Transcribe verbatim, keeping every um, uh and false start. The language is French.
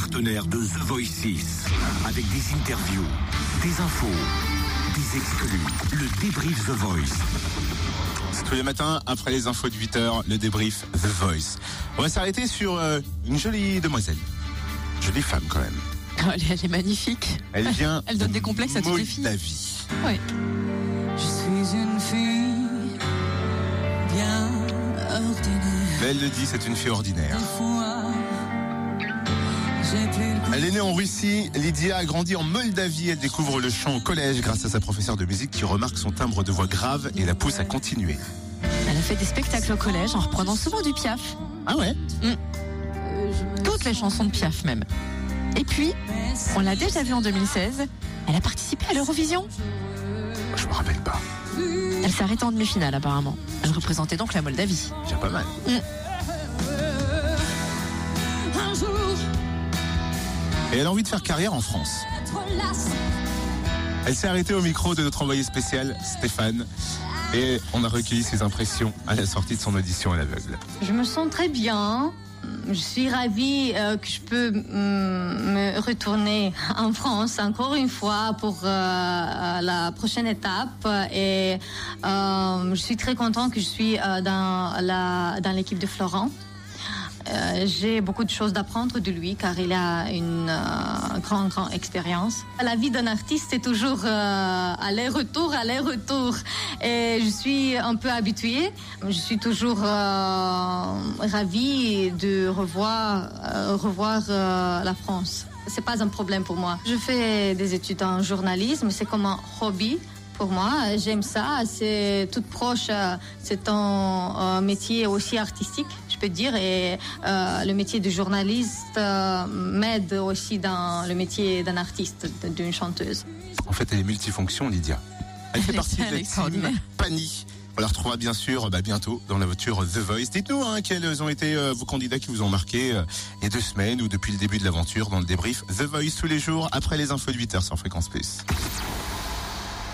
partenaire de The Voice six, avec des interviews, des infos, des exclus, le débrief The Voice. C'est tous les matins, après les infos de huit heures, le débrief The Voice. On va s'arrêter sur euh, une jolie demoiselle. Jolie femme quand même. Oh, elle, est, elle est magnifique. Elle vient Elle donne des complexes à toutes les filles. Moldavie. Oui. Je suis une fille bien ordinaire. Mais elle le dit, c'est une fille ordinaire. Fois, j'ai plus le goût. Elle est née en Russie, Lydia a grandi en Moldavie, elle découvre le chant au collège grâce à sa professeure de musique qui remarque son timbre de voix grave et la pousse à continuer. Elle a fait des spectacles au collège en reprenant souvent du Piaf. Ah ouais? Mmh. Toutes les chansons de Piaf même. Et puis, on l'a déjà vue en deux mille seize, elle a participé à l'Eurovision. Je me rappelle pas. Elle s'est arrêtée en demi-finale apparemment. Elle représentait donc la Moldavie. Déjà pas mal. Mmh. Un jour, Et elle a envie de faire carrière en France. être lasse. Elle s'est arrêtée au micro de notre envoyé spécial, Stéphane. Et on a recueilli ses impressions à la sortie de son audition à l'aveugle. Je me sens très bien. Je suis ravie euh, que je peux mm, me retourner en France encore une fois pour euh, la prochaine étape. Et euh, je suis très contente que je suis euh, dans, la, dans l'équipe de Florent. Euh, j'ai beaucoup de choses d'apprendre de lui car il a une euh, grande, grande expérience. La vie d'un artiste, c'est toujours euh, aller-retour, aller-retour. Et je suis un peu habituée. Je suis toujours euh, ravie de revoir, euh, revoir euh, la France. C'est pas un problème pour moi. Je fais des études en journalisme, c'est comme un hobby. Pour moi, j'aime ça, c'est tout proche, c'est un, un métier aussi artistique, je peux dire, et euh, le métier de journaliste euh, m'aide aussi dans le métier d'un artiste, d'une chanteuse. En fait, elle est multifonction, Lydia. Elle fait Elle est- partie de elle est la extraordinaire. team Pani. On la retrouvera bien sûr bah, bientôt dans la voiture The Voice. Dites-nous hein, quels ont été euh, vos candidats qui vous ont marqué euh, il y a deux semaines ou depuis le début de l'aventure dans le débrief The Voice tous les jours après les infos de huit heures sur Fréquence Plus.